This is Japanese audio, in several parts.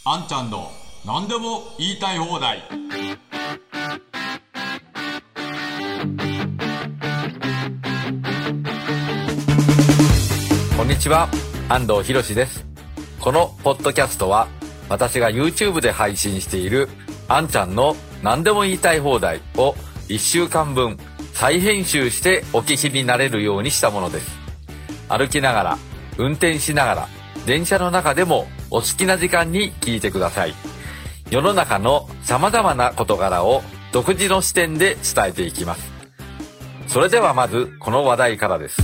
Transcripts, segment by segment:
あんちゃんの何でも言いたい放題。 こんにちは、安藤博です。このポッドキャストは私が YouTube で配信しているあんちゃんの何でも言いたい放題を1週間分再編集してお聞きになれるようにしたものです。歩きながら、運転しながら、電車の中でもお好きな時間に聞いてください。世の中の様々な事柄を独自の視点で伝えていきます。それではまずこの話題からです。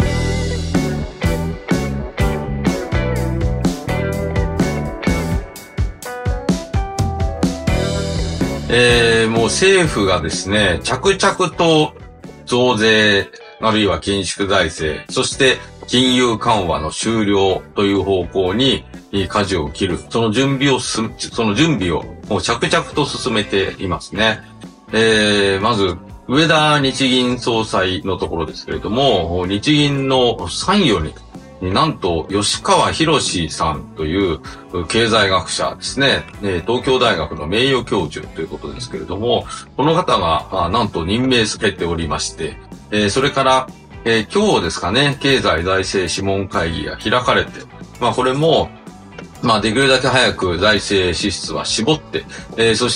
もう政府がですね、着々と増税、あるいは緊縮財政、そして金融緩和の終了という方向に舵を切る。その準備をもう着々と進めていますね。まず、植田日銀総裁のところですけれども、日銀の参与に、なんと吉川博さんという経済学者ですね、東京大学の名誉教授ということですけれども、この方がなんと任命されておりまして、それから、今日ですかね、経済財政諮問会議が開かれて、これも、できるだけ早く財政支出は絞って、そして、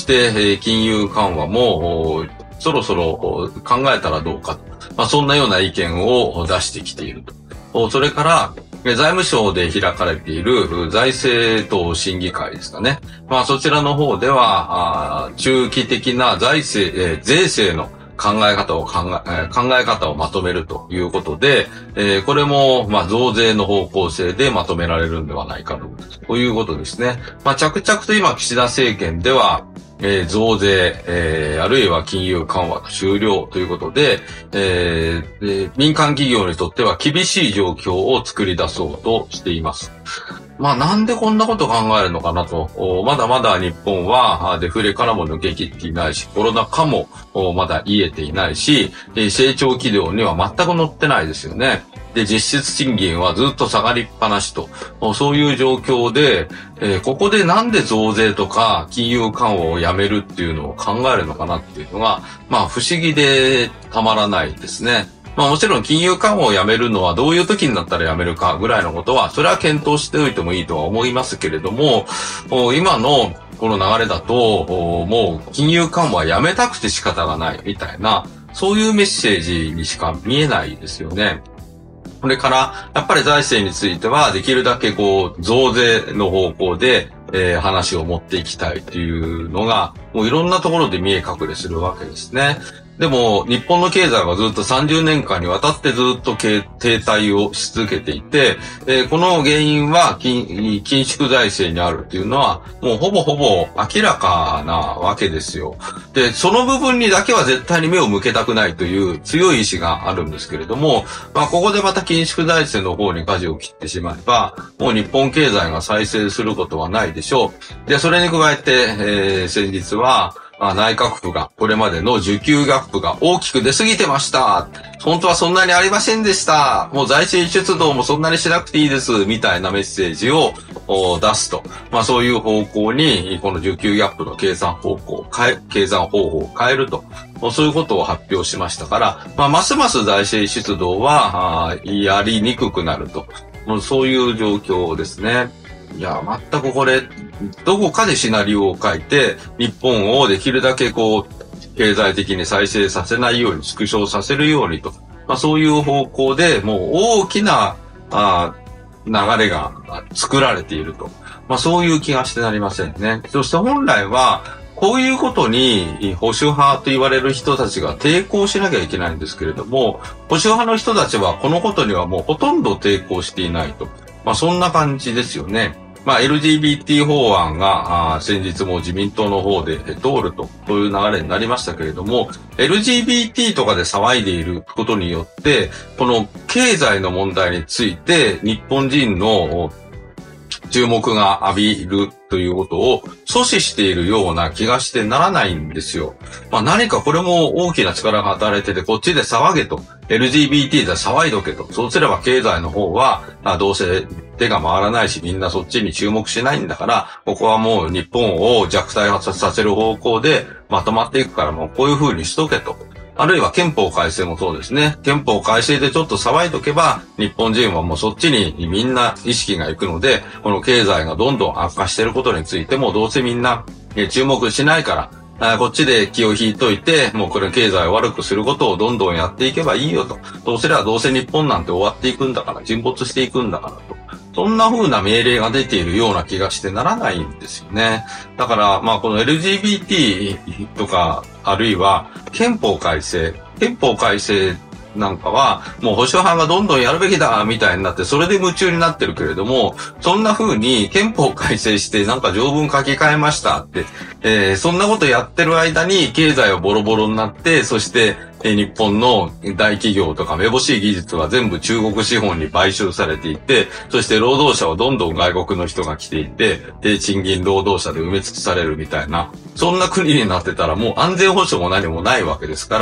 金融緩和も、そろそろ考えたらどうか。そんなような意見を出してきていると。それから、財務省で開かれている財政等審議会ですかね。そちらの方では、中期的な税制の考え方をまとめるということで、これも、増税の方向性でまとめられるんではないかということですね。着々と今、岸田政権では、増税、あるいは金融緩和の終了ということで、民間企業にとっては厳しい状況を作り出そうとしています。なんでこんなこと考えるのかなと。まだまだ日本はデフレからも抜け切っていないし、コロナ禍もまだ癒えていないし、成長軌道には全く乗ってないですよね。で、実質賃金はずっと下がりっぱなしと。そういう状況で、ここでなんで増税とか金融緩和をやめるっていうのを考えるのかなっていうのが、不思議でたまらないですね。もちろん金融緩和をやめるのはどういう時になったらやめるかぐらいのことは、それは検討しておいてもいいとは思いますけれども、今のこの流れだと、もう金融緩和はやめたくて仕方がないみたいな、そういうメッセージにしか見えないですよね。それから、やっぱり財政については、できるだけ増税の方向で、話を持っていきたいというのが、もういろんなところで見え隠れするわけですね。でも、日本の経済はずっと30年間にわたってずっと停滞をし続けていて、この原因は緊縮財政にあるっていうのは、もうほぼほぼ明らかなわけですよ。で、その部分にだけは絶対に目を向けたくないという強い意志があるんですけれども、ここでまた緊縮財政の方に舵を切ってしまえば、もう日本経済が再生することはないでしょう。で、それに加えて、先日は、内閣府がこれまでの需給ギャップが大きく出過ぎてました。本当はそんなにありませんでした。もう財政出動もそんなにしなくていいです。みたいなメッセージを出すと。そういう方向に、この需給ギャップの計算方法を変えると。そういうことを発表しましたから、ますます財政出動は、やりにくくなると。そういう状況ですね。いや、全くこれ、どこかでシナリオを書いて、日本をできるだけ経済的に再生させないように、縮小させるようにと。そういう方向でもう大きな、流れが作られていると。そういう気がしてなりませんね。そして本来は、こういうことに保守派と言われる人たちが抵抗しなきゃいけないんですけれども、保守派の人たちはこのことにはもうほとんど抵抗していないと。そんな感じですよね。LGBT 法案が先日も自民党の方で通るという流れになりましたけれども、LGBT とかで騒いでいることによって、この経済の問題について日本人の注目が浴びるということを阻止しているような気がしてならないんですよ。何かこれも大きな力が働いてて、こっちで騒げと。LGBT で騒いどけと。そうすれば経済の方は、どうせ手が回らないし、みんなそっちに注目しないんだから、ここはもう日本を弱体化させる方向でまとまっていくから、もうこういう風にしとけと。あるいは憲法改正もそうですね。憲法改正でちょっと騒いとけば、日本人はもうそっちにみんな意識が行くので、この経済がどんどん悪化していることについても、どうせみんな注目しないから、こっちで気を引いといて、もうこれ経済を悪くすることをどんどんやっていけばいいよと。どうせ日本なんて終わっていくんだから、沈没していくんだからと。そんな風な命令が出ているような気がしてならないんですよね。だから、この LGBT とか、あるいは憲法改正なんかは、もう保守派がどんどんやるべきだ、みたいになって、それで夢中になってるけれども、そんな風に憲法改正してなんか条文書き換えましたって、そんなことやってる間に経済はボロボロになって、そして、日本の大企業とかめぼしい技術は全部中国資本に買収されていて、そして労働者はどんどん外国の人が来ていて、低賃金労働者で埋め尽くされるみたいな、そんな国になってたらもう安全保障も何もないわけですから、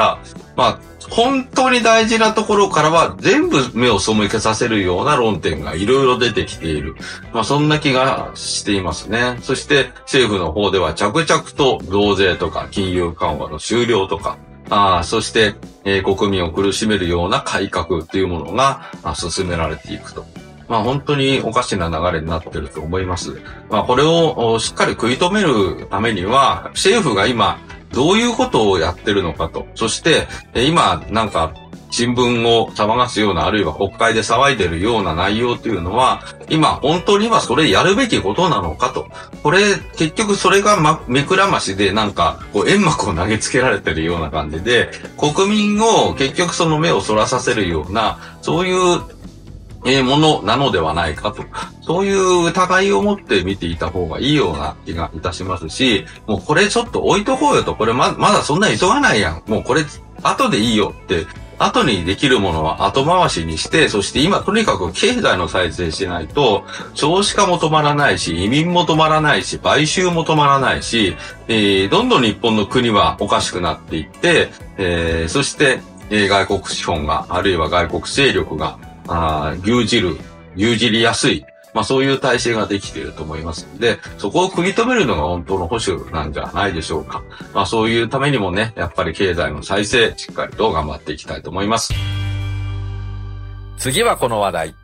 本当に大事なところからは全部目を背けさせるような論点がいろいろ出てきている。そんな気がしていますね。そして政府の方では着々と増税とか金融緩和の終了とか、そして、国民を苦しめるような改革というものが進められていくと。本当におかしな流れになっていると思います。これをしっかり食い止めるためには、政府が今どういうことをやってるのかと。そして、今なんか新聞を騒がすような、あるいは国会で騒いでるような内容というのは、今本当にはそれやるべきことなのかと。これ、結局それが目くらましでなんか、煙幕を投げつけられてるような感じで、国民を結局その目をそらさせるような、そういうものなのではないかと。そういう疑いを持って見ていた方がいいような気がいたしますし、もうこれちょっと置いとこうよと。これまだそんな急がないやん。もうこれ後でいいよって。後にできるものは後回しにして、そして今とにかく経済の再生しないと、少子化も止まらないし、移民も止まらないし、買収も止まらないし、どんどん日本の国はおかしくなっていって、そして、外国資本が、あるいは外国勢力が、牛耳りやすい。そういう体制ができていると思いますので、そこを食い止めるのが本当の保守なんじゃないでしょうか。そういうためにもね、やっぱり経済の再生、しっかりと頑張っていきたいと思います。 次はこの話題。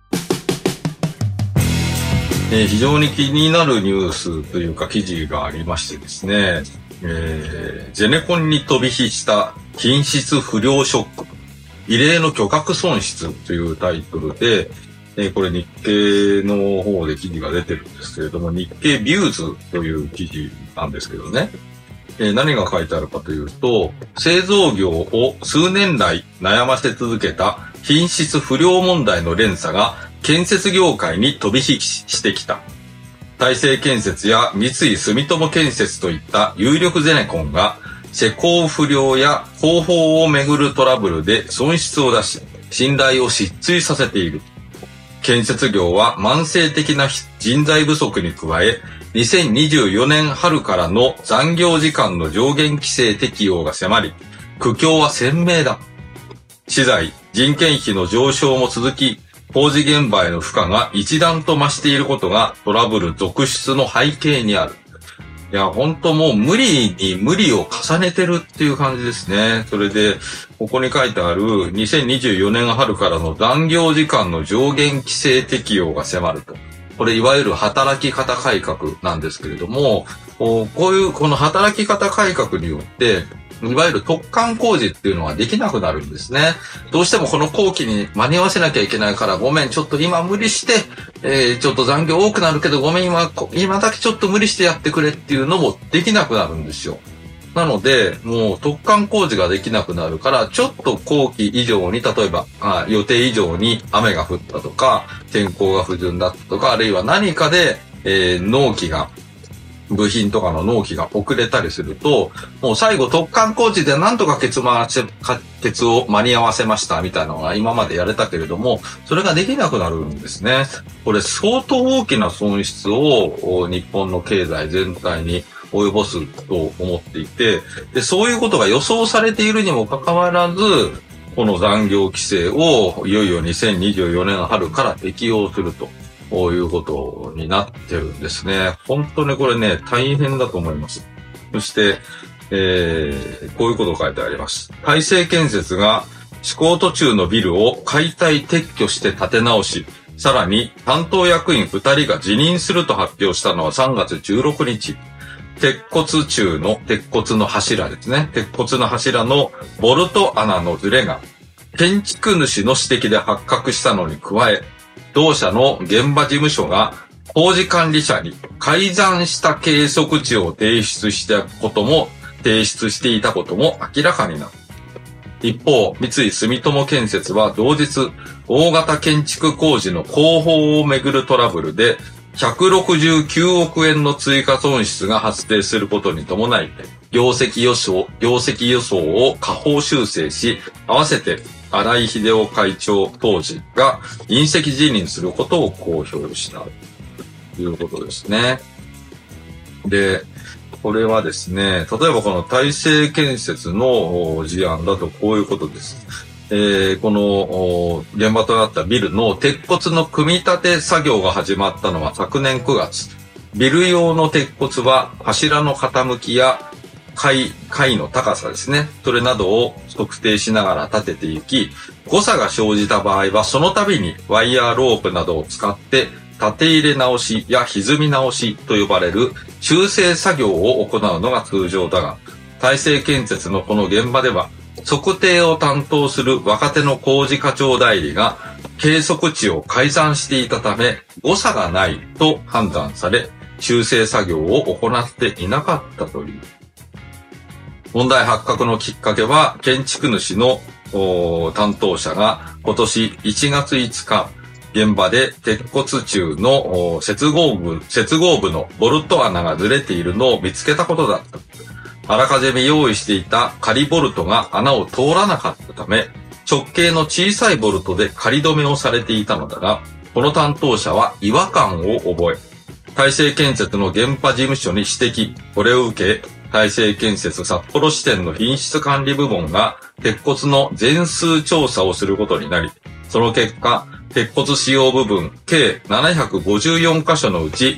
非常に気になるニュースというか記事がありましてですね、ゼネコンに飛び火した品質不良ショック。異例の巨額損失というタイトルで、これ日経の方で記事が出てるんですけれども、日経ビューズという記事なんですけどね。何が書いてあるかというと、製造業を数年来悩ませ続けた品質不良問題の連鎖が建設業界に飛び火してきた。大成建設や三井住友建設といった有力ゼネコンが施工不良や工法をめぐるトラブルで損失を出し、信頼を失墜させている。建設業は慢性的な人材不足に加え、2024年春からの残業時間の上限規制適用が迫り、苦境は鮮明だ。資材、人件費の上昇も続き、工事現場への負荷が一段と増していることがトラブル続出の背景にある。いや、本当もう無理に無理を重ねてるっていう感じですね。それで、ここに書いてある2024年春からの残業時間の上限規制適用が迫ると。これいわゆる働き方改革なんですけれども、この働き方改革によって、いわゆる突貫工事っていうのはできなくなるんですね。どうしてもこの工期に間に合わせなきゃいけないから、ごめん、ちょっと今無理して、ちょっと残業多くなるけど、ごめん、今だけちょっと無理してやってくれっていうのもできなくなるんですよ。なので、もう突貫工事ができなくなるから、ちょっと工期以上に、例えば、予定以上に雨が降ったとか、天候が不順だったとか、あるいは何かで、部品とかの納期が遅れたりすると、もう最後突貫工事でなんとかケツを間に合わせましたみたいなのが今までやれたけれども、それができなくなるんですね。これ相当大きな損失を日本の経済全体に及ぼすと思っていて、で、そういうことが予想されているにもかかわらず、この残業規制をいよいよ2024年春から適用すると。 いうことになってるんですね。本当にこれね、大変だと思います。そして、こういうことが書いてあります。大成建設が施工途中のビルを解体撤去して建て直し、さらに担当役員2人が辞任すると発表したのは3月16日。鉄骨の柱ですね。鉄骨の柱のボルト穴のズレが建築主の指摘で発覚したのに加え、同社の現場事務所が工事管理者に改ざんした計測値を提出していたことも明らかになった。一方、三井住友建設は同日、大型建築工事の工法をめぐるトラブルで、169億円の追加損失が発生することに伴い、業績予想を下方修正し、合わせて荒井秀夫会長当時が引責辞任することを公表したということですね。で、これはですね、例えばこの大成建設の事案だとこういうことです。この現場となったビルの鉄骨の組み立て作業が始まったのは昨年9月。ビル用の鉄骨は柱の傾きや階の高さですね。それなどを測定しながら立てていき、誤差が生じた場合はその度にワイヤーロープなどを使って縦入れ直しや歪み直しと呼ばれる修正作業を行うのが通常だが、大成建設のこの現場では測定を担当する若手の工事課長代理が計測値を改ざんしていたため誤差がないと判断され、修正作業を行っていなかったという。問題発覚のきっかけは建築主の担当者が今年1月5日、現場で鉄骨柱の接合部のボルト穴がずれているのを見つけたことだった。あらかじめ用意していた仮ボルトが穴を通らなかったため、直径の小さいボルトで仮止めをされていたのだが、この担当者は違和感を覚え、大成建設の現場事務所に指摘。これを受け、大成建設札幌支店の品質管理部門が鉄骨の全数調査をすることになり、その結果、鉄骨使用部分計754箇所のうち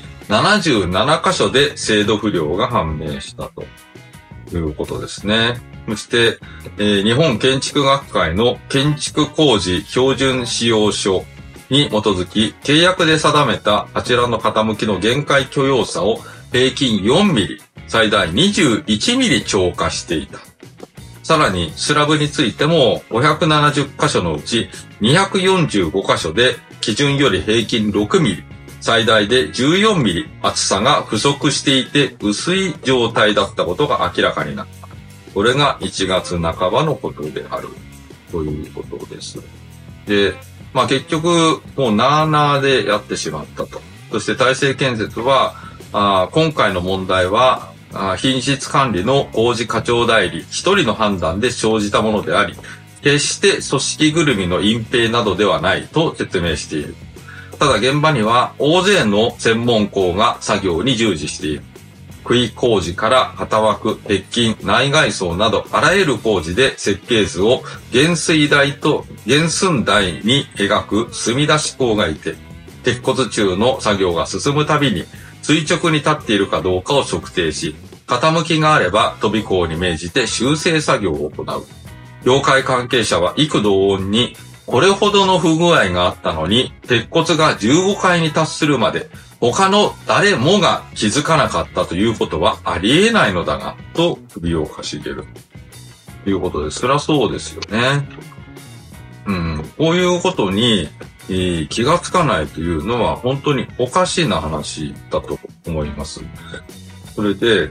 77箇所で精度不良が判明したということですね。そして、日本建築学会の建築工事標準使用書に基づき契約で定めた柱の傾きの限界許容差を平均4ミリ、最大21ミリ超過していた。さらに、スラブについても570箇所のうち245箇所で基準より平均6ミリ、最大で14ミリ厚さが不足していて薄い状態だったことが明らかになった。これが1月半ばのことであるということです。で、結局もうなーなーでやってしまったと。そして大成建設は、今回の問題は品質管理の工事課長代理一人の判断で生じたものであり、決して組織ぐるみの隠蔽などではないと説明している。ただ現場には大勢の専門工が作業に従事している。杭工事から型枠、鉄筋、内外装などあらゆる工事で設計図を原寸大に描く墨出し工がいて、鉄骨中の作業が進むたびに垂直に立っているかどうかを測定し、傾きがあれば飛び工に命じて修正作業を行う。業界関係者は幾度音に、これほどの不具合があったのに、鉄骨が15階に達するまで、他の誰もが気づかなかったということはありえないのだが、と首をかしげる。ということです。そりゃそうですよね。こういうことに気がつかないというのは本当におかしな話だと思います。それで、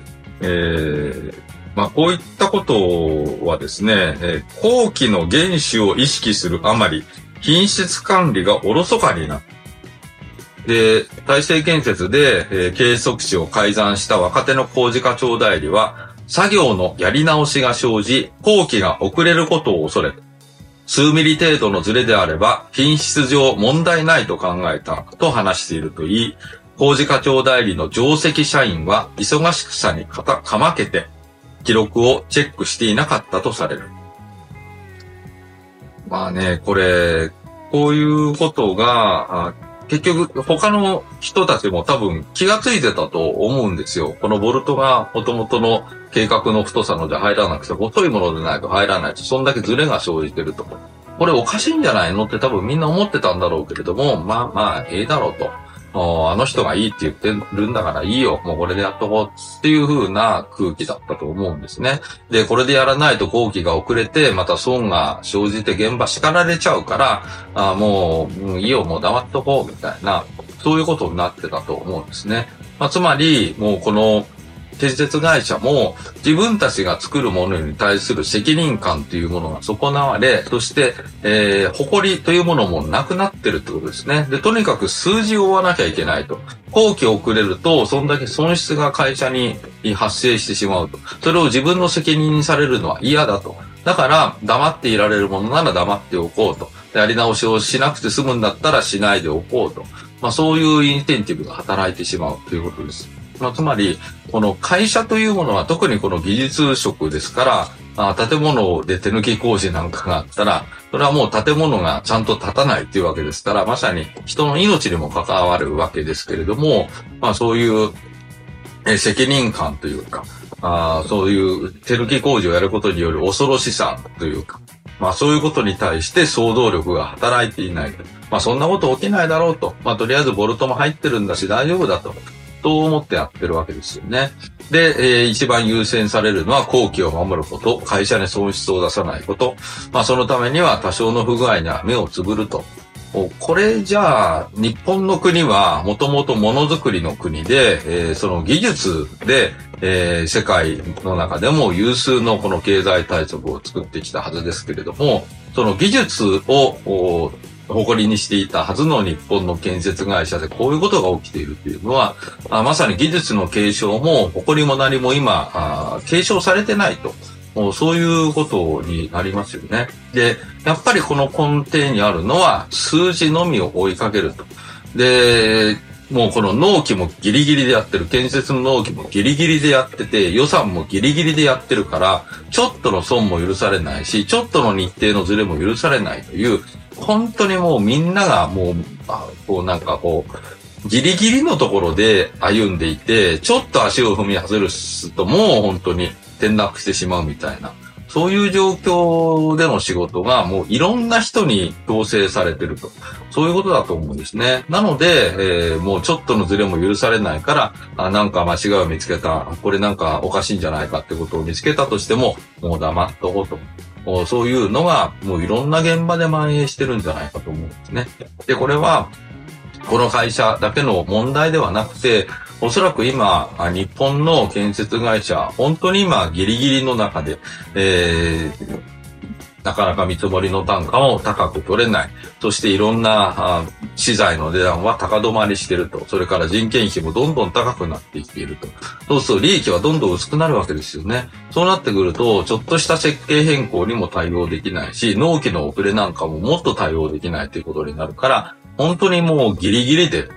こういったことはですね、工期の厳守を意識するあまり、品質管理がおろそかになった。で、大成建設で、計測値を改ざんした若手の工事課長代理は、作業のやり直しが生じ、工期が遅れることを恐れ、数ミリ程度のズレであれば、品質上問題ないと考えたと話しているといい、工事課長代理の上席社員は忙しさにかまけて、記録をチェックしていなかったとされる。こういうことが、 結局他の人たちも多分気がついてたと思うんですよ。このボルトが元々の計画の太さので入らなくて、細いものでないと入らないと、そんだけズレが生じてると。これおかしいんじゃないのって多分みんな思ってたんだろうけれども、まあ、ええだろうと。あの人がいいって言ってるんだからいいよ。もうこれでやっとこうっていう風な空気だったと思うんですね。で、これでやらないと工期が遅れて、また損が生じて現場叱られちゃうから、もういいよ、もう黙っとこうみたいな、そういうことになってたと思うんですね。つまり、もうこの、建設会社も自分たちが作るものに対する責任感というものが損なわれ、そして、誇りというものもなくなってるってことですね。で、とにかく数字を追わなきゃいけないと。工期遅れると、そんだけ損失が会社に発生してしまうと。それを自分の責任にされるのは嫌だと。だから、黙っていられるものなら黙っておこうと。やり直しをしなくて済むんだったらしないでおこうと。そういうインセンティブが働いてしまうということです。つまり、この会社というものは特にこの技術職ですから、建物で手抜き工事なんかがあったら、それはもう建物がちゃんと建たないっていうわけですから、まさに人の命にも関わるわけですけれども、そういう責任感というか、そういう手抜き工事をやることによる恐ろしさというか、そういうことに対して想像力が働いていない。そんなこと起きないだろうと。とりあえずボルトも入ってるんだし大丈夫だと。と思ってやってるわけですよね。で、一番優先されるのは工期を守ること、会社に損失を出さないこと。そのためには多少の不具合には目をつぶると。これじゃあ、日本の国はもともとものづくりの国で、その技術で、世界の中でも有数のこの経済体制を作ってきたはずですけれども、その技術を誇りにしていたはずの日本の建設会社でこういうことが起きているというのは、まさに技術の継承も誇りも何も今、継承されてないと。そういうことになりますよね。で、やっぱりこの根底にあるのは数字のみを追いかけると。で、もうこの納期もギリギリでやってる。建設の納期もギリギリでやってて、予算もギリギリでやってるから、ちょっとの損も許されないし、ちょっとの日程のズレも許されないという、本当にもうみんながもう、ギリギリのところで歩んでいて、ちょっと足を踏み外すともう本当に転落してしまうみたいな、そういう状況での仕事がもういろんな人に強制されてると。そういうことだと思うんですね。なので、もうちょっとのズレも許されないから、なんか間違いを見つけた、これなんかおかしいんじゃないかってことを見つけたとしても、もう黙っとこうと。そういうのがもういろんな現場で蔓延してるんじゃないかと思うんですね。で、これは、この会社だけの問題ではなくて、おそらく今、日本の建設会社、本当に今ギリギリの中で、なかなか見積もりの単価も高く取れない。そしていろんな資材の値段は高止まりしていると。それから人件費もどんどん高くなっていっていると。そうすると利益はどんどん薄くなるわけですよね。そうなってくると、ちょっとした設計変更にも対応できないし、納期の遅れなんかももっと対応できないということになるから、本当にもうギリギリで、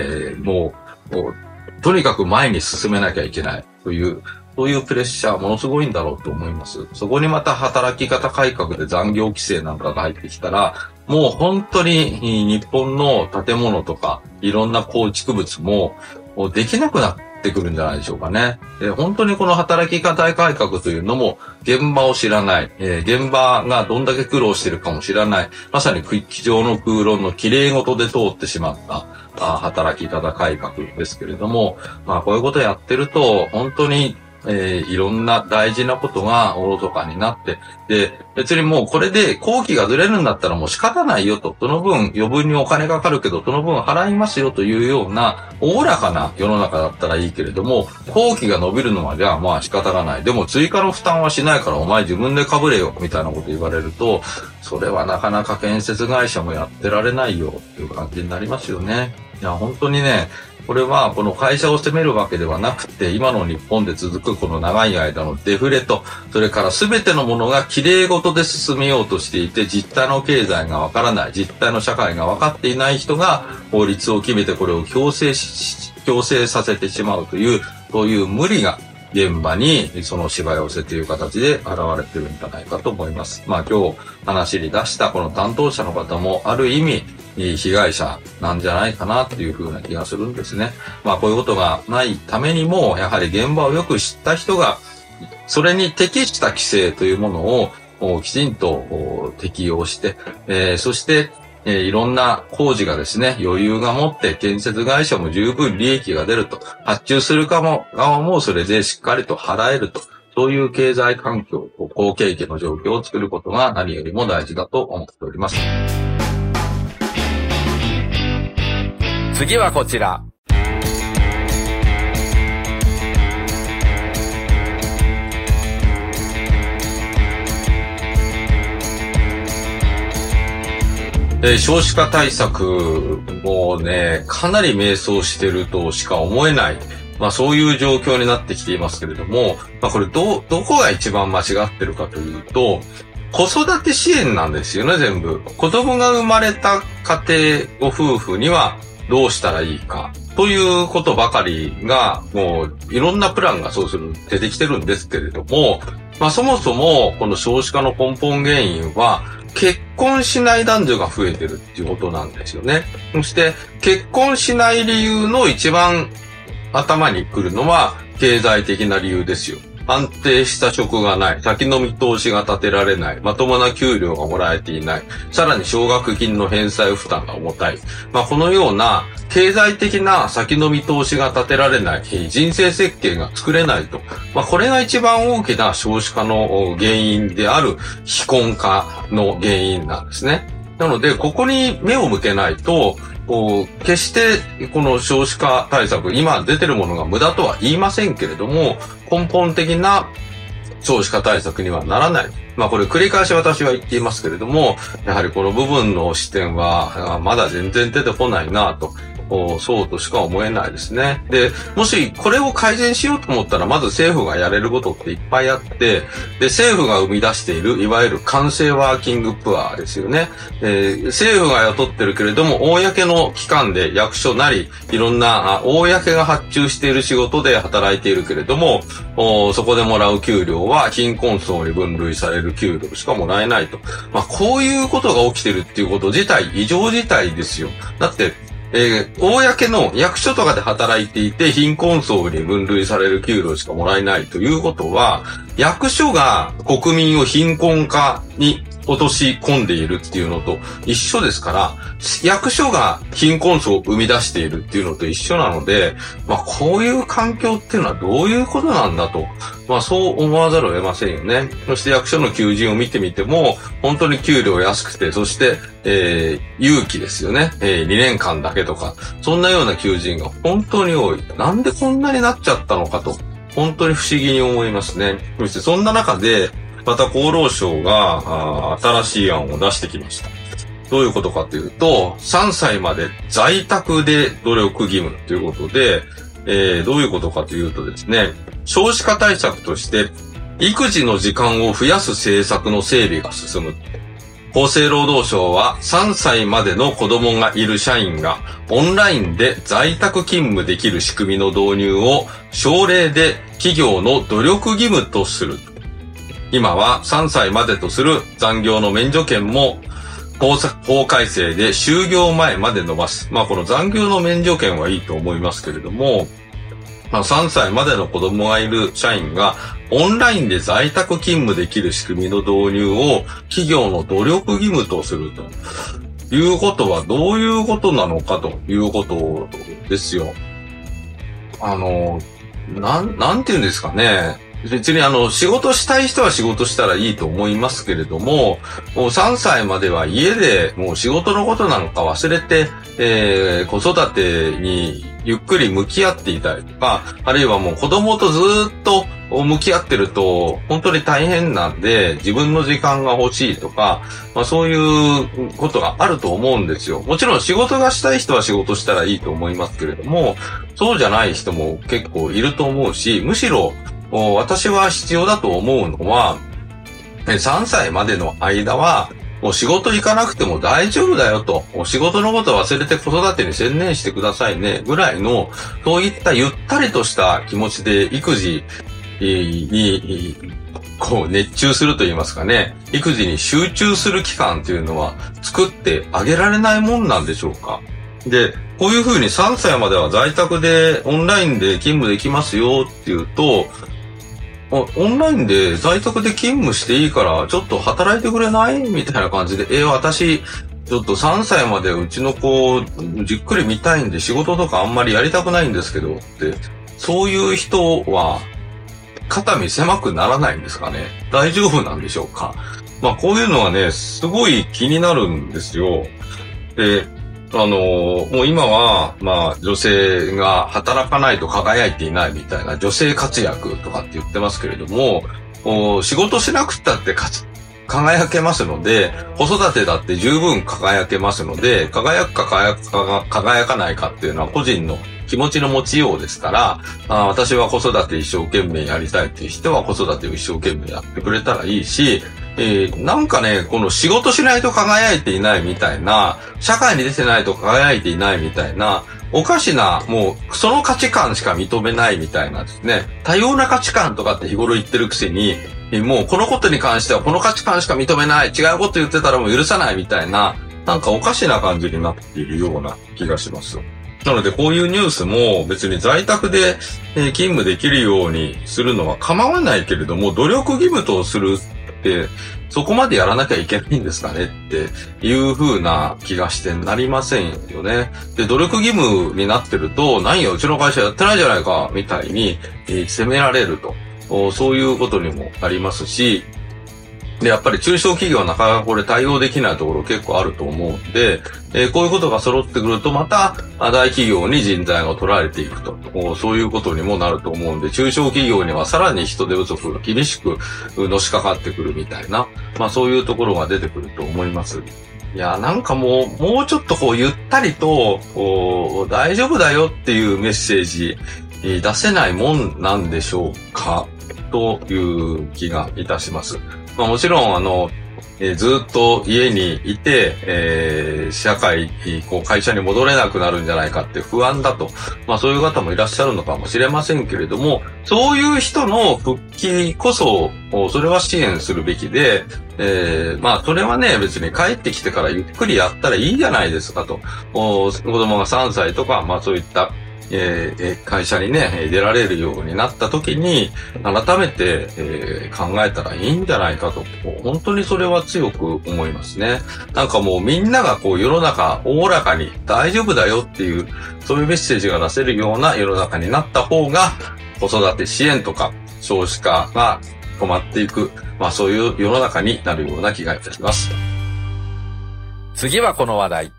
とにかく前に進めなきゃいけないという、そういうプレッシャーものすごいんだろうと思います。そこにまた働き方改革で残業規制なんかが入ってきたら、もう本当に日本の建物とかいろんな構築物もできなくなってくるんじゃないでしょうかね。本当にこの働き方改革というのも現場を知らない、現場がどんだけ苦労しているかも知らない、まさに机上の空論の綺麗事で通ってしまった働き方改革ですけれども、こういうことをやってると本当にいろんな大事なことがおろそかになって、で、別にもうこれで工期がずれるんだったらもう仕方ないよと、その分余分にお金かかるけど、その分払いますよというような、おおらかな世の中だったらいいけれども、工期が伸びるのはじゃあまあ仕方がない。でも追加の負担はしないからお前自分で被れよ、みたいなこと言われると、それはなかなか建設会社もやってられないよっていう感じになりますよね。いや、本当にね、これはこの会社を責めるわけではなくて、今の日本で続くこの長い間のデフレと、それから全てのものが綺麗事で進めようとしていて、実態の経済がわからない、実態の社会が分かっていない人が法律を決めてこれを強制させてしまうという、そういう無理が現場にそのしわ寄せという形で現れてるんじゃないかと思います。今日話に出したこの担当者の方もある意味、 被害者なんじゃないかなっていうふうな気がするんですね。こういうことがないためにも、やはり現場をよく知った人が、それに適した規制というものをきちんと適用して、そして、いろんな工事がですね、余裕が持って建設会社も十分利益が出ると、発注する側もそれでしっかりと払えると、そういう経済環境、好景気の状況を作ることが何よりも大事だと思っております。 次はこちら。 少子化対策もね、かなり迷走してるとしか思えない。そういう状況になってきていますけれども、これどこが一番間違ってるかというと、子育て支援なんですよね、全部。子供が生まれた家庭、ご夫婦にはどうしたらいいか。ということばかりが、もういろんなプランが出てきてるんですけれども、そもそもこの少子化の根本原因は、結婚しない男女が増えてるっていうことなんですよね。そして、結婚しない理由の一番頭に来るのは、経済的な理由ですよ。安定した職がない、先の見通しが立てられない、まともな給料がもらえていない、さらに奨学金の返済負担が重たい。このような経済的な先の見通しが立てられない、人生設計が作れないと。これが一番大きな少子化の原因である非婚化の原因なんですね。なので、ここに目を向けないと、決してこの少子化対策、今出てるものが無駄とは言いませんけれども、根本的な少子化対策にはならない。これ繰り返し私は言っていますけれども、やはりこの部分の視点はまだ全然出てこないなと。そうとしか思えないですね。で、もしこれを改善しようと思ったら、まず政府がやれることっていっぱいあって、で、政府が生み出している、いわゆる官製ワーキングプアですよね。政府が雇ってるけれども、公の機関で役所なり、いろんな、公が発注している仕事で働いているけれども、そこでもらう給料は貧困層に分類される給料しかもらえないと。こういうことが起きてるっていうこと自体、異常事態ですよ。だって、公の役所とかで働いていて貧困層に分類される給料しかもらえないということは、役所が国民を貧困化に落とし込んでいるっていうのと一緒ですから、役所が貧困層を生み出しているっていうのと一緒なので、こういう環境っていうのはどういうことなんだと、そう思わざるを得ませんよね。そして役所の求人を見てみても、本当に給料安くて、そして、有期ですよね。2年間だけとか、そんなような求人が本当に多い。なんでこんなになっちゃったのかと、本当に不思議に思いますね。そしてそんな中で、また厚労省が新しい案を出してきました。どういうことかというと、3歳まで在宅で努力義務ということで、どういうことかというとですね、少子化対策として、育児の時間を増やす政策の整備が進む。厚生労働省は3歳までの子供がいる社員がオンラインで在宅勤務できる仕組みの導入を省令で企業の努力義務とする。今は3歳までとする残業の免除権も法改正で就業前まで伸ばす。この残業の免除権はいいと思いますけれども、3歳までの子供がいる社員がオンラインで在宅勤務できる仕組みの導入を企業の努力義務とするということはどういうことなのかということですよ。なんて言うんですかね。別に仕事したい人は仕事したらいいと思いますけれども、もう3歳までは家でもう仕事のことなんか忘れて、子育てにゆっくり向き合っていたりとか、あるいはもう子供とずっと向き合ってると本当に大変なんで自分の時間が欲しいとか、そういうことがあると思うんですよ。もちろん仕事がしたい人は仕事したらいいと思いますけれども、そうじゃない人も結構いると思うし、むしろ私は必要だと思うのは、3歳までの間は、もう仕事行かなくても大丈夫だよと、仕事のこと忘れて子育てに専念してくださいね、ぐらいの、そういったゆったりとした気持ちで育児に熱中すると言いますかね、育児に集中する期間っていうのは作ってあげられないもんなんでしょうか。で、こういうふうに3歳までは在宅でオンラインで勤務できますよっていうと、オンラインで在宅で勤務していいからちょっと働いてくれないみたいな感じで、私ちょっと3歳までうちの子じっくり見たいんで仕事とかあんまりやりたくないんですけどって、そういう人は肩身狭くならないんですかね。大丈夫なんでしょうか。こういうのはね、すごい気になるんですよ。で、もう今は、女性が働かないと輝いていないみたいな女性活躍とかって言ってますけれども、仕事しなくったって輝けますので、子育てだって十分輝けますので、輝くか輝かないかっていうのは個人の気持ちの持ちようですから、私は子育て一生懸命やりたいっていう人は子育てを一生懸命やってくれたらいいし、なんかね、この仕事しないと輝いていないみたいな、社会に出てないと輝いていないみたいな、おかしな、もうその価値観しか認めないみたいなですね、多様な価値観とかって日頃言ってるくせに、もうこのことに関してはこの価値観しか認めない、違うこと言ってたらもう許さないみたいな、なんかおかしな感じになっているような気がします。なのでこういうニュースも別に在宅で勤務できるようにするのは構わないけれども、努力義務とするってそこまでやらなきゃいけないんですかねっていう風な気がしてなりませんよね。で、努力義務になってると、何やうちの会社やってないじゃないかみたいに、責められると、そういうことにもなりますし、で、やっぱり中小企業はなかなかこれ対応できないところ結構あると思うんで、こういうことが揃ってくるとまた大企業に人材が取られていくと、そういうことにもなると思うんで、中小企業にはさらに人手不足が厳しくのしかかってくるみたいな、そういうところが出てくると思います。いや、なんかもうちょっとゆったりと、大丈夫だよっていうメッセージ出せないもんなんでしょうかという気がいたします。もちろんずっと家にいて、社会、会社に戻れなくなるんじゃないかって不安だと。そういう方もいらっしゃるのかもしれませんけれども、そういう人の復帰こそ、それは支援するべきで、それはね、別に帰ってきてからゆっくりやったらいいじゃないですかと。子供が3歳とか、そういった、会社にね、出られるようになった時に、改めて、考えたらいいんじゃないかと、本当にそれは強く思いますね。なんかもうみんなが世の中おおらかに大丈夫だよっていう、そういうメッセージが出せるような世の中になった方が、子育て支援とか少子化が止まっていく、そういう世の中になるような気がいたします。 次はこの話題。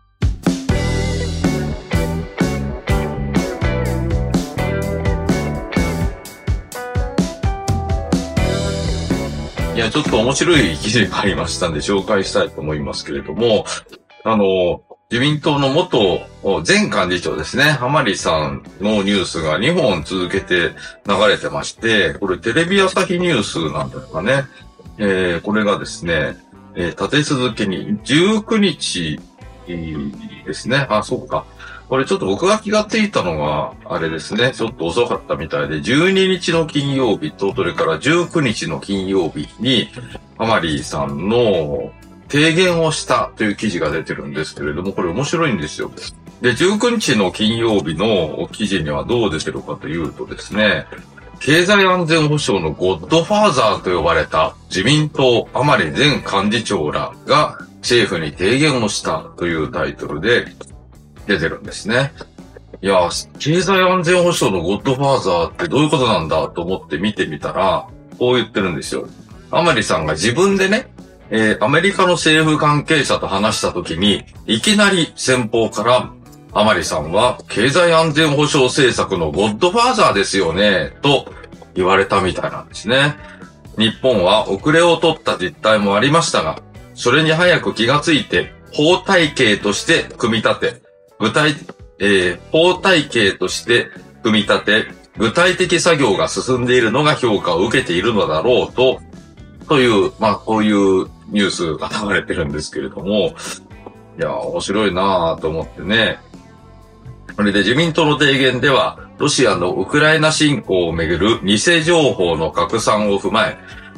いや、ちょっと面白い記事がありましたんで紹介したいと思いますけれども、自民党の元前幹事長ですね、甘利さんのニュースが2本続けて流れてまして、これテレビ朝日ニュースなんですかね。これがですね、立て続けに19日ですね。そうか。これちょっと僕が気がついたのが、あれですね、ちょっと遅かったみたいで、12日の金曜日と、それから19日の金曜日に、甘利さんの提言をしたという記事が出てるんですけれども、これ面白いんですよ。で、19日の金曜日の記事にはどう出てるかというとですね、経済安全保障のゴッドファーザーと呼ばれた自民党甘利前幹事長らが政府に提言をしたというタイトルで、出てるんですね。いや、経済安全保障のゴッドファーザーってどういうことなんだと思って見てみたら、こう言ってるんですよ。甘利さんが自分でね、アメリカの政府関係者と話したときに、いきなり先方から、甘利さんは経済安全保障政策のゴッドファーザーですよね、と言われたみたいなんですね。日本は遅れを取った実態もありましたが、それに早く気がついて、法体系として組み立て、法体系として組み立て、具体的作業が進んでいるのが評価を受けているのだろうという、こういうニュースが流れてるんですけれども、いや、面白いなぁと思ってね。それで自民党の提言では、ロシアのウクライナ侵攻をめぐる偽情報の拡散を踏まえ、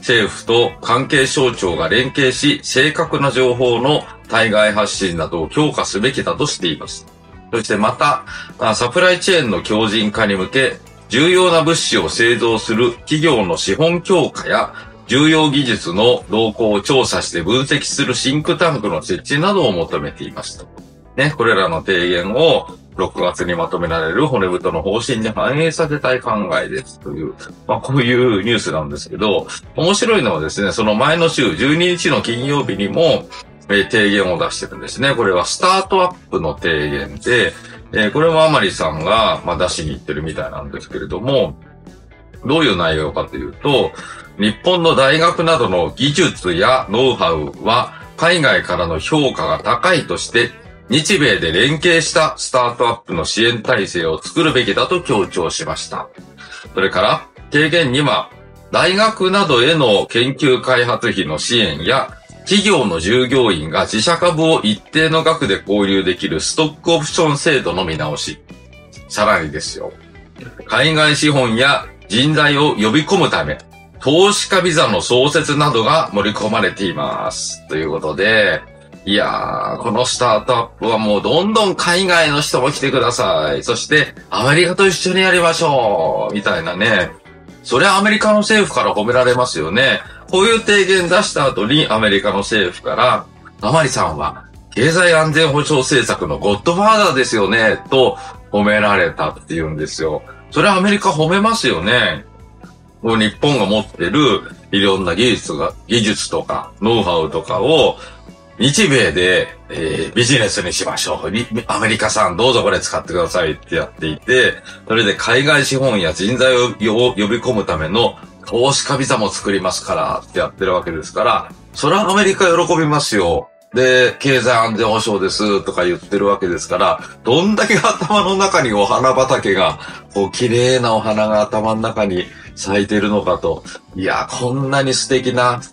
政府と関係省庁が連携し、正確な情報の対外発信などを強化すべきだとしています。そしてまた、サプライチェーンの強靭化に向け、重要な物資を製造する企業の資本強化や、重要技術の動向を調査して分析するシンクタンクの設置などを求めていますと。ね、これらの提言を6月にまとめられる骨太の方針に反映させたい考えですという、こういうニュースなんですけど、面白いのはですね、その前の週12日の金曜日にも、提言を出してるんですね。これはスタートアップの提言で、これも甘利さんが、出しに行ってるみたいなんですけれども、どういう内容かというと、日本の大学などの技術やノウハウは海外からの評価が高いとして、日米で連携したスタートアップの支援体制を作るべきだと強調しました。それから、提言には、大学などへの研究開発費の支援や、企業の従業員が自社株を一定の額で購入できるストックオプション制度の見直し。さらにですよ。海外資本や人材を呼び込むため、投資家ビザの創設などが盛り込まれています。ということで、いやー、このスタートアップはもうどんどん海外の人も来てください。そしてアメリカと一緒にやりましょう。みたいなね。それはアメリカの政府から褒められますよね。こういう提言出した後にアメリカの政府から、甘利さんは経済安全保障政策のゴッドファーザーですよね、と褒められたって言うんですよ。それはアメリカ褒めますよね。もう日本が持ってるいろんな技術とかノウハウとかを日米で、ビジネスにしましょう。アメリカさんどうぞこれ使ってくださいってやっていて、それで海外資本や人材を呼び込むための投資家ビザも作りますからってやってるわけですから、それはアメリカ喜びますよ。で、経済安全保障ですとか言ってるわけですから、どんだけ頭の中にお花畑が、こう綺麗なお花が頭の中に咲いてるのかと。いや、こんなに素敵な、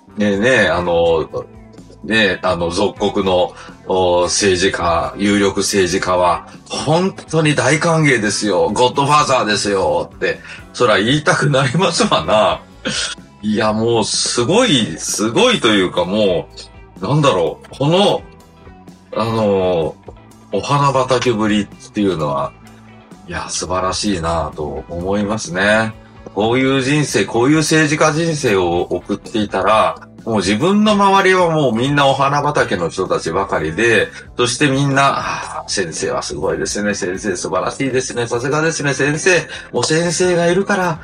属国の政治家、有力政治家は、本当に大歓迎ですよ。ゴッドファーザーですよ。って、そら言いたくなりますわな。いや、もうすごいというかもう、なんだろう。この、お花畑ぶりっていうのは、いや、素晴らしいなと思いますね。こういう人生、こういう政治家人生を送っていたら、もう自分の周りはもうみんなお花畑の人たちばかりで、そしてみんな、先生はすごいですね、先生素晴らしいですね、さすがですね、先生、もう先生がいるから、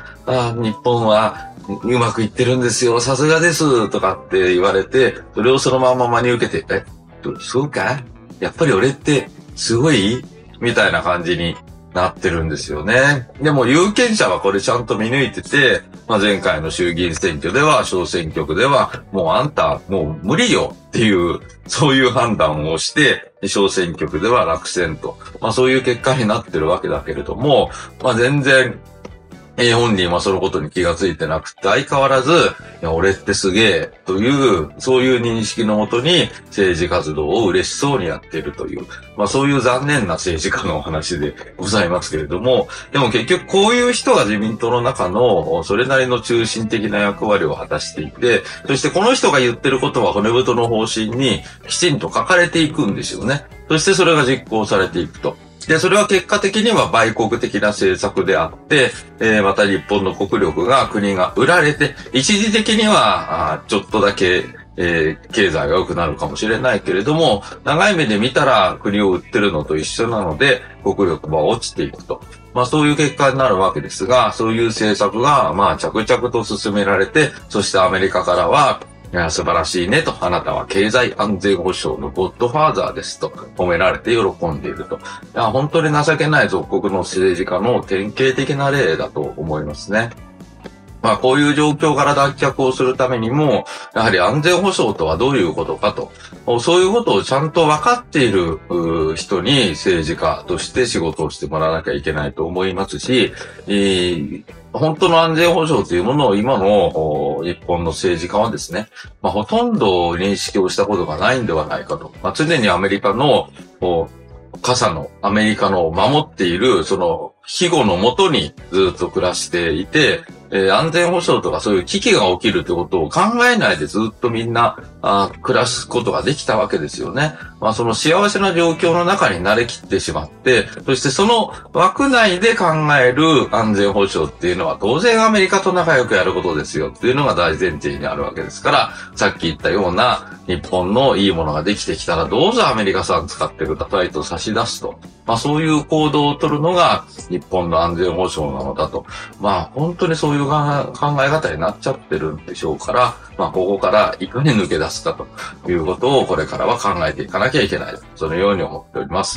日本はうまくいってるんですよ、さすがです、とかって言われて、それをそのまま真に受けて、そうか？やっぱり俺ってすごい？みたいな感じになってるんですよね。でも有権者はこれちゃんと見抜いてて、前回の衆議院選挙では、小選挙区では、もうあんた、もう無理よっていう、そういう判断をして、小選挙区では落選と。そういう結果になってるわけだけれども、全然、本人はそのことに気がついてなくて、相変わらず、いや、俺ってすげえ、という、そういう認識のもとに政治活動を嬉しそうにやっているという、そういう残念な政治家のお話でございますけれども、でも結局こういう人が自民党の中の、それなりの中心的な役割を果たしていて、そしてこの人が言ってることは骨太の方針にきちんと書かれていくんですよね。そしてそれが実行されていくと。で、それは結果的には売国的な政策であって、また日本の国力が、国が売られて、一時的には、ちょっとだけ、経済が良くなるかもしれないけれども、長い目で見たら国を売ってるのと一緒なので、国力は落ちていくと。そういう結果になるわけですが、そういう政策が、着々と進められて、そしてアメリカからは、いや、素晴らしいねと、あなたは経済安全保障のゴッドファーザーですと褒められて喜んでいると。いや、本当に情けない属国の政治家の典型的な例だと思いますね。こういう状況から脱却をするためにも、やはり安全保障とはどういうことかと、そういうことをちゃんと分かっている人に政治家として仕事をしてもらわなきゃいけないと思いますし、本当の安全保障というものを今の日本の政治家はですね、ほとんど認識をしたことがないんではないかと。常にアメリカのアメリカの守っているその庇護のもとにずっと暮らしていて、 安全保障とかそういう危機が起きるということを考えないでずっとみんな暮らすことができたわけですよね。その幸せな状況の中に慣れきってしまって、そしてその枠内で考える安全保障っていうのは当然アメリカと仲良くやることですよっていうのが大前提にあるわけですから、さっき言ったような日本のいいものができてきたらどうぞアメリカ産使ってくださいと差し出すと。そういう行動を取るのが日本の安全保障なのだと。本当にそういう考え方になっちゃってるんでしょうから、ここからいかに抜け出すかということをこれからは考えていかなきゃいけない。そのように思っております。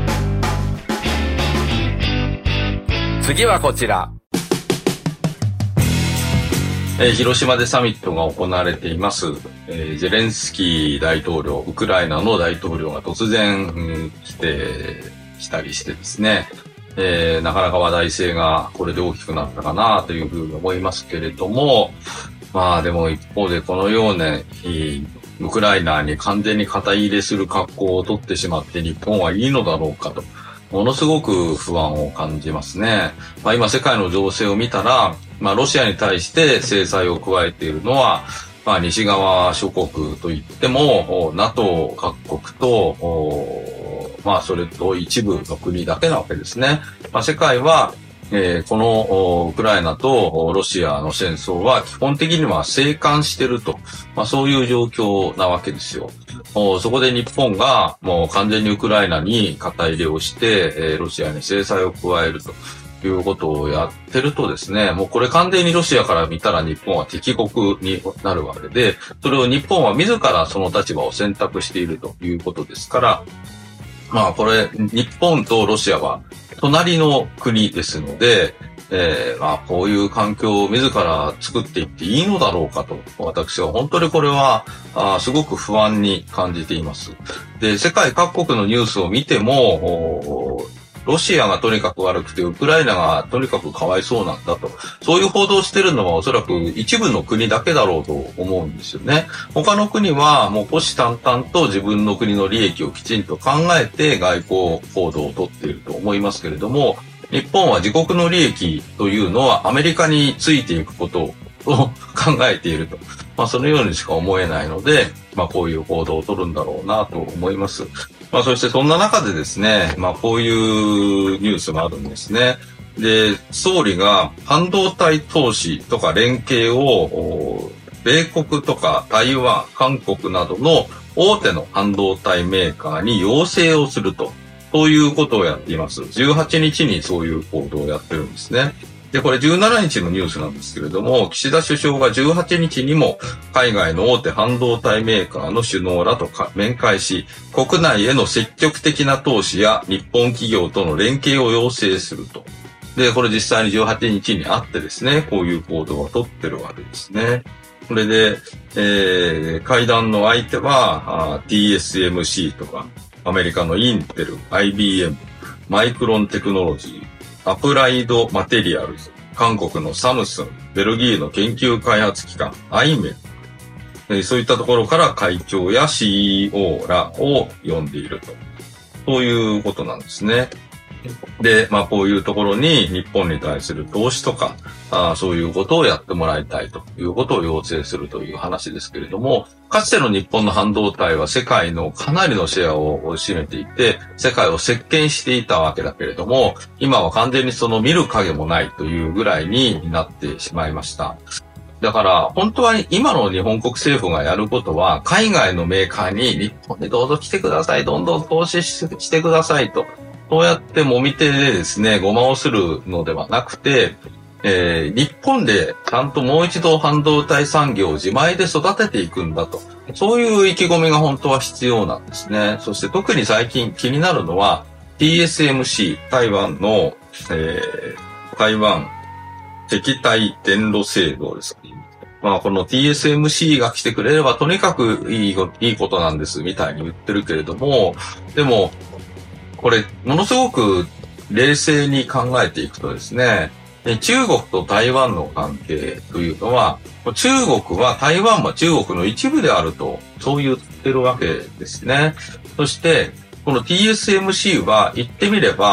次はこちら。 広島でサミットが行われています。ゼレンスキー大統領、ウクライナの大統領が突然、来たりしてですね、なかなか話題性がこれで大きくなったかなというふうに思いますけれども、でも一方でこのような、ウクライナに完全に肩入れする格好を取ってしまって日本はいいのだろうかと、ものすごく不安を感じますね。今世界の情勢を見たら、ロシアに対して制裁を加えているのは、西側諸国といっても、NATO 各国と、それと一部の国だけなわけですね。世界は、このウクライナとロシアの戦争は基本的には静観してると、そういう状況なわけですよ。そこで日本がもう完全にウクライナに肩入れをして、ロシアに制裁を加えるということをやってるとですね、もうこれ完全にロシアから見たら日本は敵国になるわけで、それを日本は自らその立場を選択しているということですから、これ日本とロシアは隣の国ですので、こういう環境を自ら作っていっていいのだろうかと、私は本当にこれはすごく不安に感じています。で、世界各国のニュースを見ても、ロシアがとにかく悪くて、ウクライナがとにかくかわいそうなんだと。そういう報道をしてるのはおそらく一部の国だけだろうと思うんですよね。他の国はもう虎視眈々と自分の国の利益をきちんと考えて外交行動をとっていると思いますけれども、日本は自国の利益というのはアメリカについていくことを考えていると。そのようにしか思えないので、こういう行動を取るんだろうなと思います。そしてそんな中でですね、こういうニュースがあるんですね。で、総理が半導体投資とか連携を、米国とか台湾、韓国などの大手の半導体メーカーに要請をすると、そういうことをやっています。18日にそういう行動をやってるんですね。で、これ17日のニュースなんですけれども、岸田首相が18日にも海外の大手半導体メーカーの首脳らと面会し、国内への積極的な投資や日本企業との連携を要請すると。で、これ実際に18日にあってですね、こういう行動を取ってるわけですね。これで、会談の相手はTSMC とか、アメリカのインテル、IBM、マイクロンテクノロジー、アプライドマテリアルズ、韓国のサムスン、ベルギーの研究開発機関、アイメン、そういったところから会長や CEO らを呼んでいると。そういうことなんですね。で、こういうところに日本に対する投資とか、そういうことをやってもらいたいということを要請するという話ですけれども、かつての日本の半導体は世界のかなりのシェアを占めていて、世界を席巻していたわけだけれども、今は完全にその見る影もないというぐらいになってしまいました。だから、本当は今の日本国政府がやることは、海外のメーカーに日本にどうぞ来てください、どんどん投資してくださいと。そうやってもみ手でですね、ごまをするのではなくて、日本でちゃんともう一度半導体産業を自前で育てていくんだと。そういう意気込みが本当は必要なんですね。そして特に最近気になるのは TSMC、台湾の、台湾敵対電路制度です。この TSMC が来てくれればとにかくいいことなんですみたいに言ってるけれども、でも、これ、ものすごく冷静に考えていくとですね、中国と台湾の関係というのは、中国は台湾は中国の一部であると、そう言ってるわけですね。そして、この TSMC は言ってみれば、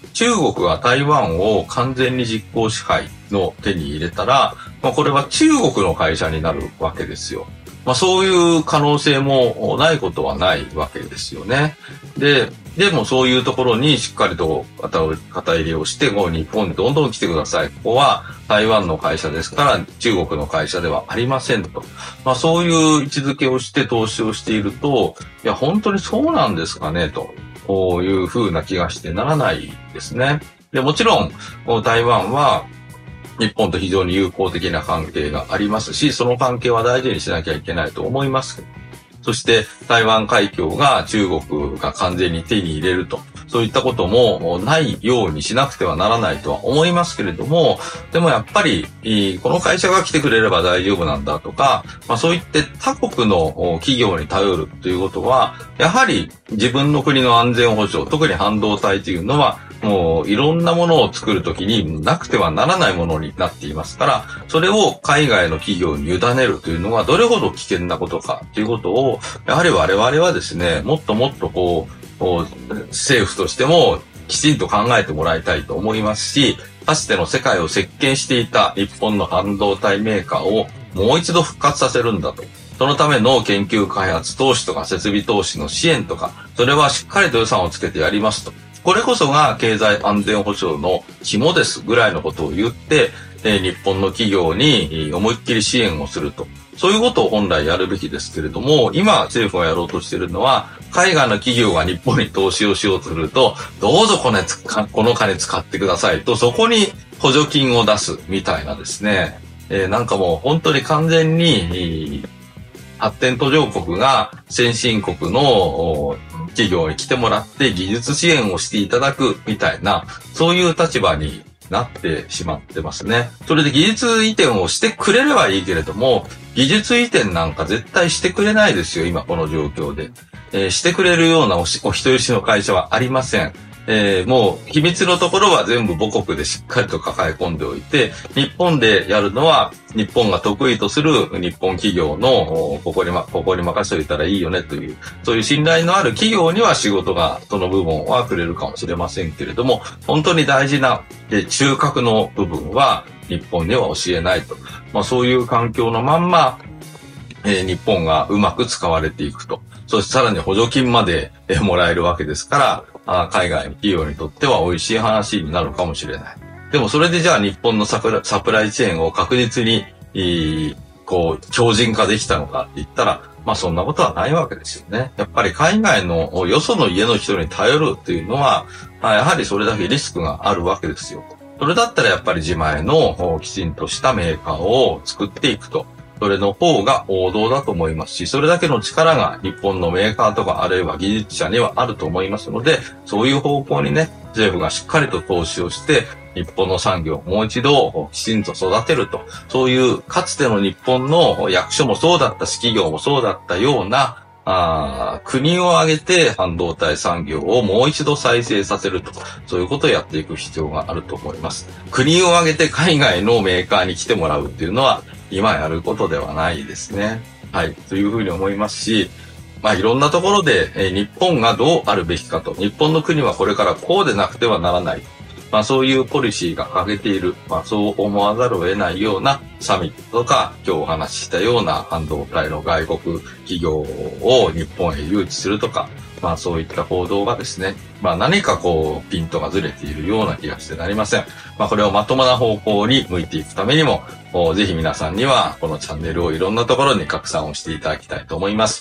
中国が台湾を完全に実効支配の手に入れたら、これは中国の会社になるわけですよ。そういう可能性もないことはないわけですよね。でもそういうところにしっかりと肩入れをして、もう日本にどんどん来てください。ここは台湾の会社ですから中国の会社ではありませんと。そういう位置づけをして投資をしていると、いや、本当にそうなんですかね、というふうな気がしてならないですね。で、もちろん、台湾は、日本と非常に友好的な関係がありますし、その関係は大事にしなきゃいけないと思います。そして、台湾海峡が中国が完全に手に入れると、そういったこともないようにしなくてはならないとは思いますけれども、でもやっぱり、この会社が来てくれれば大丈夫なんだとか、そういって他国の企業に頼るということは、やはり自分の国の安全保障、特に半導体というのは、もういろんなものを作るときになくてはならないものになっていますから、それを海外の企業に委ねるというのがどれほど危険なことかということを、やはり我々はですね、もっともっと政府としてもきちんと考えてもらいたいと思いますし、かつての世界を席巻していた日本の半導体メーカーをもう一度復活させるんだと。そのための研究開発投資とか設備投資の支援とか、それはしっかりと予算をつけてやりますと。これこそが経済安全保障の肝ですぐらいのことを言って、日本の企業に思いっきり支援をすると。そういうことを本来やるべきですけれども、今政府がやろうとしているのは、海外の企業が日本に投資をしようとすると、どうぞこの金使ってくださいと、そこに補助金を出すみたいなですね。なんかもう本当に完全に、発展途上国が先進国の企業に来てもらって技術支援をしていただくみたいな、そういう立場になってしまってますね。それで技術移転をしてくれればいいけれども、技術移転なんか絶対してくれないですよ、今この状況で。してくれるようなお人よしの会社はありません。もう秘密のところは全部母国でしっかりと抱え込んでおいて、日本でやるのは日本が得意とする日本企業のここに任せといたらいいよねという、そういう信頼のある企業には仕事がその部分はくれるかもしれませんけれども、本当に大事な中核の部分は日本には教えないと。そういう環境のまんま、日本がうまく使われていくと。そしてさらに補助金までもらえるわけですから、海外の企業にとっては美味しい話になるかもしれない。でもそれでじゃあ日本のサプライチェーンを確実に、強靭化できたのかって言ったら、そんなことはないわけですよね。やっぱり海外のよその家の人に頼るっていうのは、やはりそれだけリスクがあるわけですよ。それだったらやっぱり自前のきちんとしたメーカーを作っていくと。それの方が王道だと思いますし、それだけの力が日本のメーカーとかあるいは技術者にはあると思いますので、そういう方向にね、政府がしっかりと投資をして、日本の産業をもう一度きちんと育てると。そういうかつての日本の役所もそうだったし、企業もそうだったような、国を挙げて半導体産業をもう一度再生させると。そういうことをやっていく必要があると思います。国を挙げて海外のメーカーに来てもらうっていうのは、今やることではないですね。はい。というふうに思いますし、いろんなところで、日本がどうあるべきかと。日本の国はこれからこうでなくてはならない。そういうポリシーが欠けている。そう思わざるを得ないようなサミットとか、今日お話ししたような半導体の外国企業を日本へ誘致するとか、そういった行動がですね、何かピントがずれているような気がしてなりません。これをまともな方向に向いていくためにも、ぜひ皆さんにはこのチャンネルをいろんなところに拡散をしていただきたいと思います。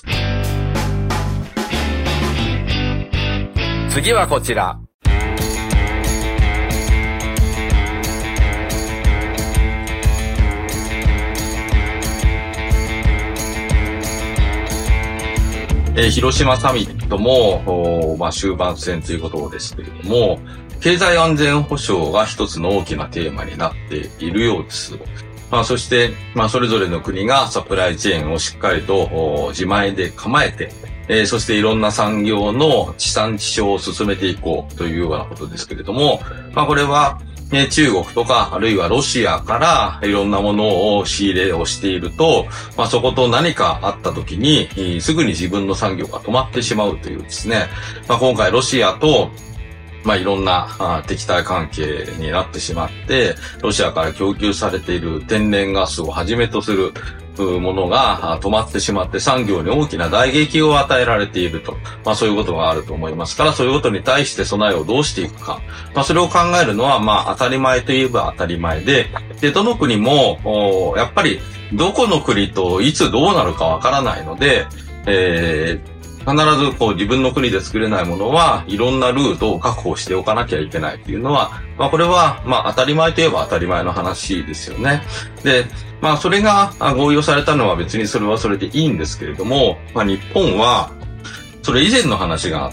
次はこちら。 広島サミットも、終盤戦ということですけれども、経済安全保障が一つの大きなテーマになっているようです。そして、それぞれの国がサプライチェーンをしっかりと自前で構えて、そしていろんな産業の地産地消を進めていこうというようなことですけれども、これは、中国とか、あるいはロシアからいろんなものを仕入れをしていると、そこと何かあった時に、すぐに自分の産業が止まってしまうというですね。今回ロシアといろんな敵対関係になってしまって、ロシアから供給されている天然ガスをはじめとするものが止まってしまって産業に大きな打撃を与えられていると。そういうことがあると思いますから、そういうことに対して備えをどうしていくか。それを考えるのは、当たり前といえば当たり前で、どの国も、やっぱり、どこの国といつどうなるかわからないので、必ず自分の国で作れないものはいろんなルートを確保しておかなきゃいけないっていうのは、これは当たり前といえば当たり前の話ですよね。で、それが合意をされたのは別にそれはそれでいいんですけれども、日本はそれ以前の話があって、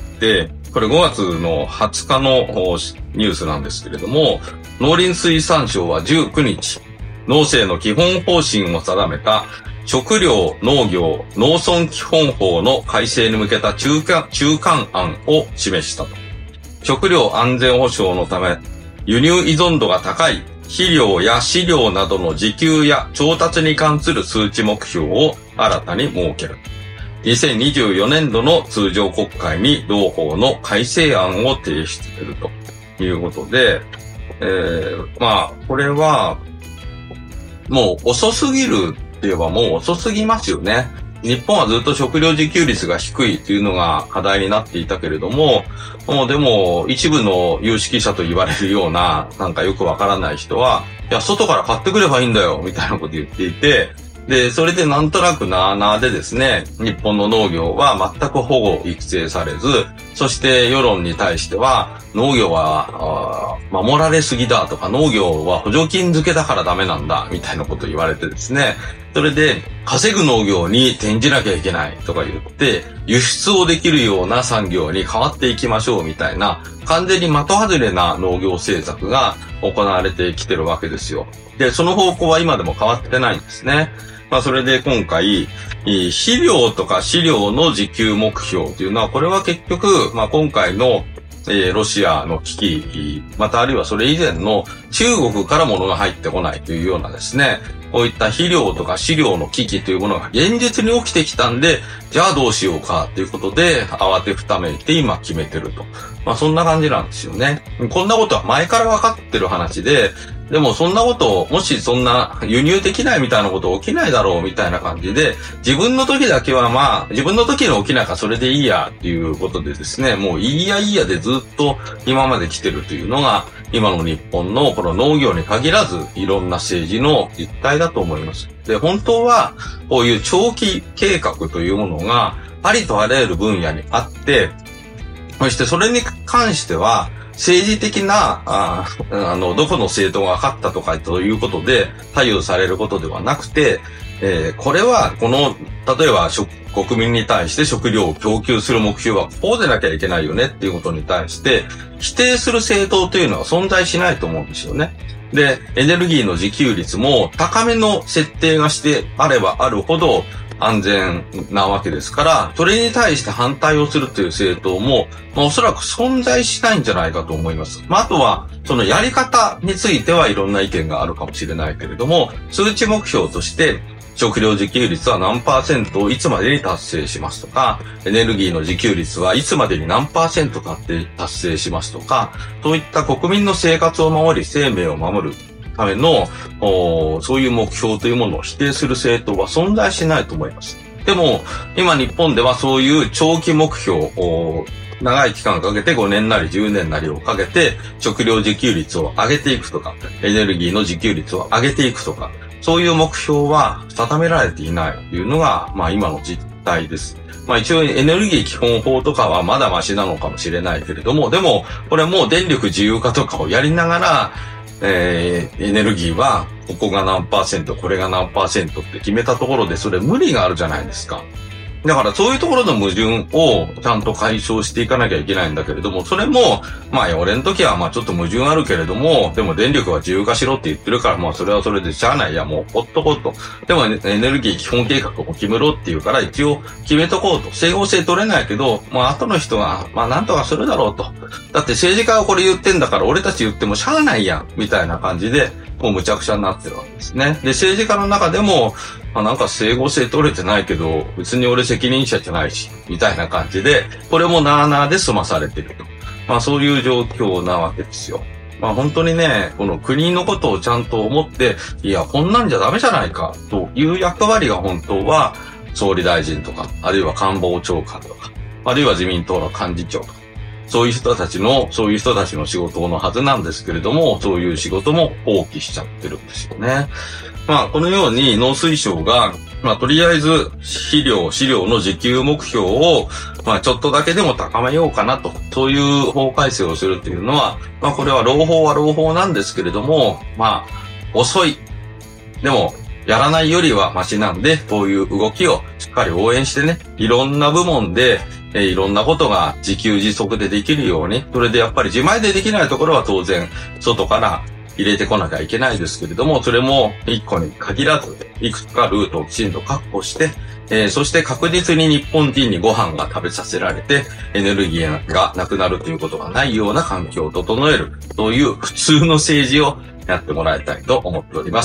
これ5月の20日のニュースなんですけれども、農林水産省は19日、農政の基本方針を定めた食料・農業・農村基本法の改正に向けた中間案を示したと。食料安全保障のため、輸入依存度が高い肥料や飼料などの自給や調達に関する数値目標を新たに設ける。2024年度の通常国会に同法の改正案を提出するということで、これは、もう遅すぎるって言えばもう遅すぎますよね。日本はずっと食料自給率が低いというのが課題になっていたけれども、でも一部の有識者と言われるような、なんかよくわからない人は、いや、外から買ってくればいいんだよ、みたいなこと言っていて、で、それでなんとなくなーなーでですね、日本の農業は全く保護育成されず、そして世論に対しては、農業は守られすぎだとか、農業は補助金付けだからダメなんだ、みたいなこと言われてですね、それで稼ぐ農業に転じなきゃいけないとか言って、輸出をできるような産業に変わっていきましょうみたいな、完全に的外れな農業政策が行われてきてるわけですよ。で、その方向は今でも変わってないんですね。それで今回、肥料とか飼料の自給目標というのは、これは結局、今回の、ロシアの危機、またあるいはそれ以前の中国から物が入ってこないというようなですね、こういった肥料とか飼料の危機というものが現実に起きてきたんで、じゃあどうしようかということで、慌てふためいて今決めてると。そんな感じなんですよね。こんなことは前から分かってる話で、でもそんなこともしそんな輸入できないみたいなこと起きないだろうみたいな感じで、自分の時だけは自分の時に起きないからそれでいいやっていうことでですね、もういいやでずっと今まで来てるというのが、今の日本のこの農業に限らずいろんな政治の実態だと思います。で、本当はこういう長期計画というものがありとあらゆる分野にあって、そしてそれに関しては政治的な、どこの政党が勝ったとかということで左右されることではなくて、これは例えば国民に対して食料を供給する目標はこうでなきゃいけないよねっていうことに対して否定する政党というのは存在しないと思うんですよね。で、エネルギーの自給率も高めの設定がしてあればあるほど安全なわけですから、それに対して反対をするという政党も、おそらく存在しないんじゃないかと思います。あとは、そのやり方についてはいろんな意見があるかもしれないけれども、数値目標として、食料自給率は何%をいつまでに達成しますとか、エネルギーの自給率はいつまでに何%達成しますとか、そういった国民の生活を守り、生命を守るための、そういう目標というものを否定する政党は存在しないと思います。でも、今日本ではそういう長期目標を長い期間かけて5年なり10年なりをかけて食料自給率を上げていくとか、エネルギーの自給率を上げていくとか、そういう目標は定められていないというのが、今の実態です。一応エネルギー基本法とかはまだマシなのかもしれないけれども、でも、これもう電力自由化とかをやりながら、エネルギーはここが何%、これが何%って決めたところでそれ無理があるじゃないですか。だからそういうところの矛盾をちゃんと解消していかなきゃいけないんだけれども、それも、俺の時はちょっと矛盾あるけれども、でも電力は自由化しろって言ってるから、それはそれでしゃあない。いや、もうほっとこうと。でもエネルギー基本計画を決めろっていうから、一応決めとこうと。整合性取れないけど、後の人が、なんとかするだろうと。だって政治家はこれ言ってんだから俺たち言ってもしゃあないやん。みたいな感じで、もう無茶苦茶になってるわけですね。で、政治家の中でも、なんか整合性取れてないけど、別に俺責任者じゃないし、みたいな感じで、これもなーなーで済まされてると。 そういう状況なわけですよ。本当にね、この国のことをちゃんと思って、いや、こんなんじゃダメじゃないか、という役割が本当は、総理大臣とか、あるいは官房長官とか、あるいは自民党の幹事長とか、そういう人たちの仕事のはずなんですけれども、そういう仕事も放棄しちゃってるんですよね。このように農水省が、とりあえず飼料の自給目標を、ちょっとだけでも高めようかなと、そういう法改正をするっていうのは、これは朗報なんですけれども、遅い。でも、やらないよりはマシなんで、こういう動きをしっかり応援してね、いろんな部門で、いろんなことが自給自足でできるように、それでやっぱり自前でできないところは当然、外から入れてこなきゃいけないですけれども、それも一個に限らず、いくつかルートをきちんと確保して、そして確実に日本人にご飯が食べさせられて、エネルギーがなくなるということがないような環境を整える、そういう普通の政治をやってもらいたいと思っております。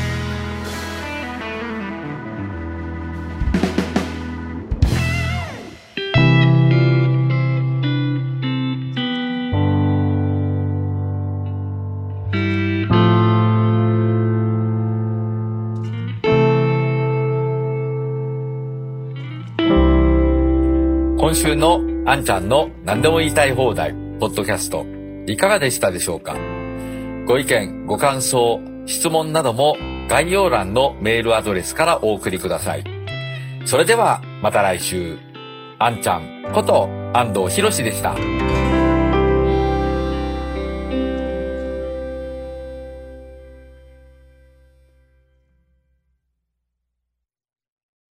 今週のあんちゃんの何でも言いたい放題ポッドキャストいかがでしたでしょうか。ご意見ご感想質問なども概要欄のメールアドレスからお送りください。それではまた来週。あんちゃんこと安藤博でした。